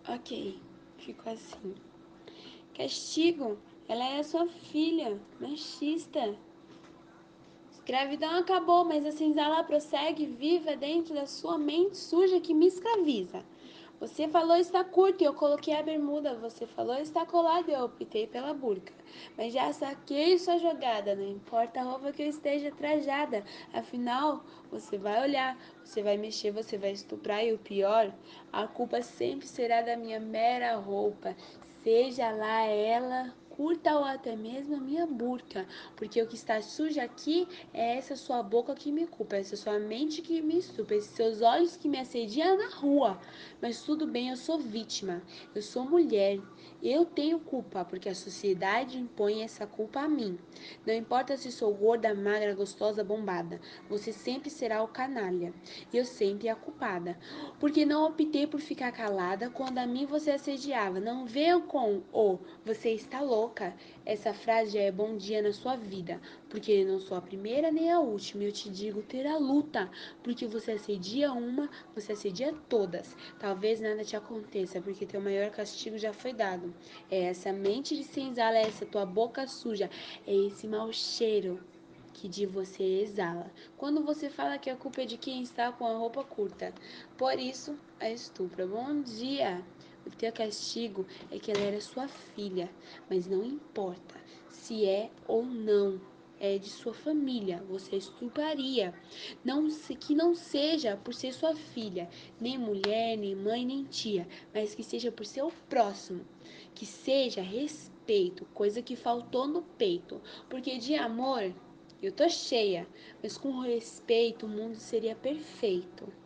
Ok, ficou assim. Castigo, ela é sua filha, machista. Escravidão acabou, mas a senzala prossegue viva dentro da sua mente suja que me escraviza. Você falou está curto e eu coloquei a bermuda. Você falou está colado e eu optei pela burca. Mas já saquei sua jogada, não importa a roupa que eu esteja trajada. Afinal, você vai olhar, você vai mexer, você vai estuprar e o pior, a culpa sempre será da minha mera roupa. Seja lá ela curta ou até mesmo a minha burca, porque o que está sujo aqui é essa sua boca que me culpa, essa sua mente que me estupra, esses seus olhos que me assediam na rua. Mas tudo bem, eu sou vítima, eu sou mulher, eu tenho culpa, porque a sociedade impõe essa culpa a mim. Não importa se sou gorda, magra, gostosa, bombada, você sempre será o canalha, e eu sempre a culpada, porque não optei por ficar calada quando a mim você assediava. Não venham com o você está louca. Essa frase já é bom dia na sua vida, porque não sou a primeira nem a última. Eu te digo ter a luta, porque você assedia uma, você assedia todas. Talvez nada te aconteça, porque teu maior castigo já foi dado. É essa mente de senzala, é essa tua boca suja, é esse mau cheiro que de você exala. Quando você fala que a culpa é de quem está com a roupa curta. Por isso, a estupra. Bom dia! O teu castigo é que ela era sua filha, mas não importa se é ou não. É de sua família, você estupraria. Não que não seja por ser sua filha, nem mulher, nem mãe, nem tia, mas que seja por ser o próximo. Que seja respeito, coisa que faltou no peito. Porque de amor eu tô cheia, mas com respeito o mundo seria perfeito.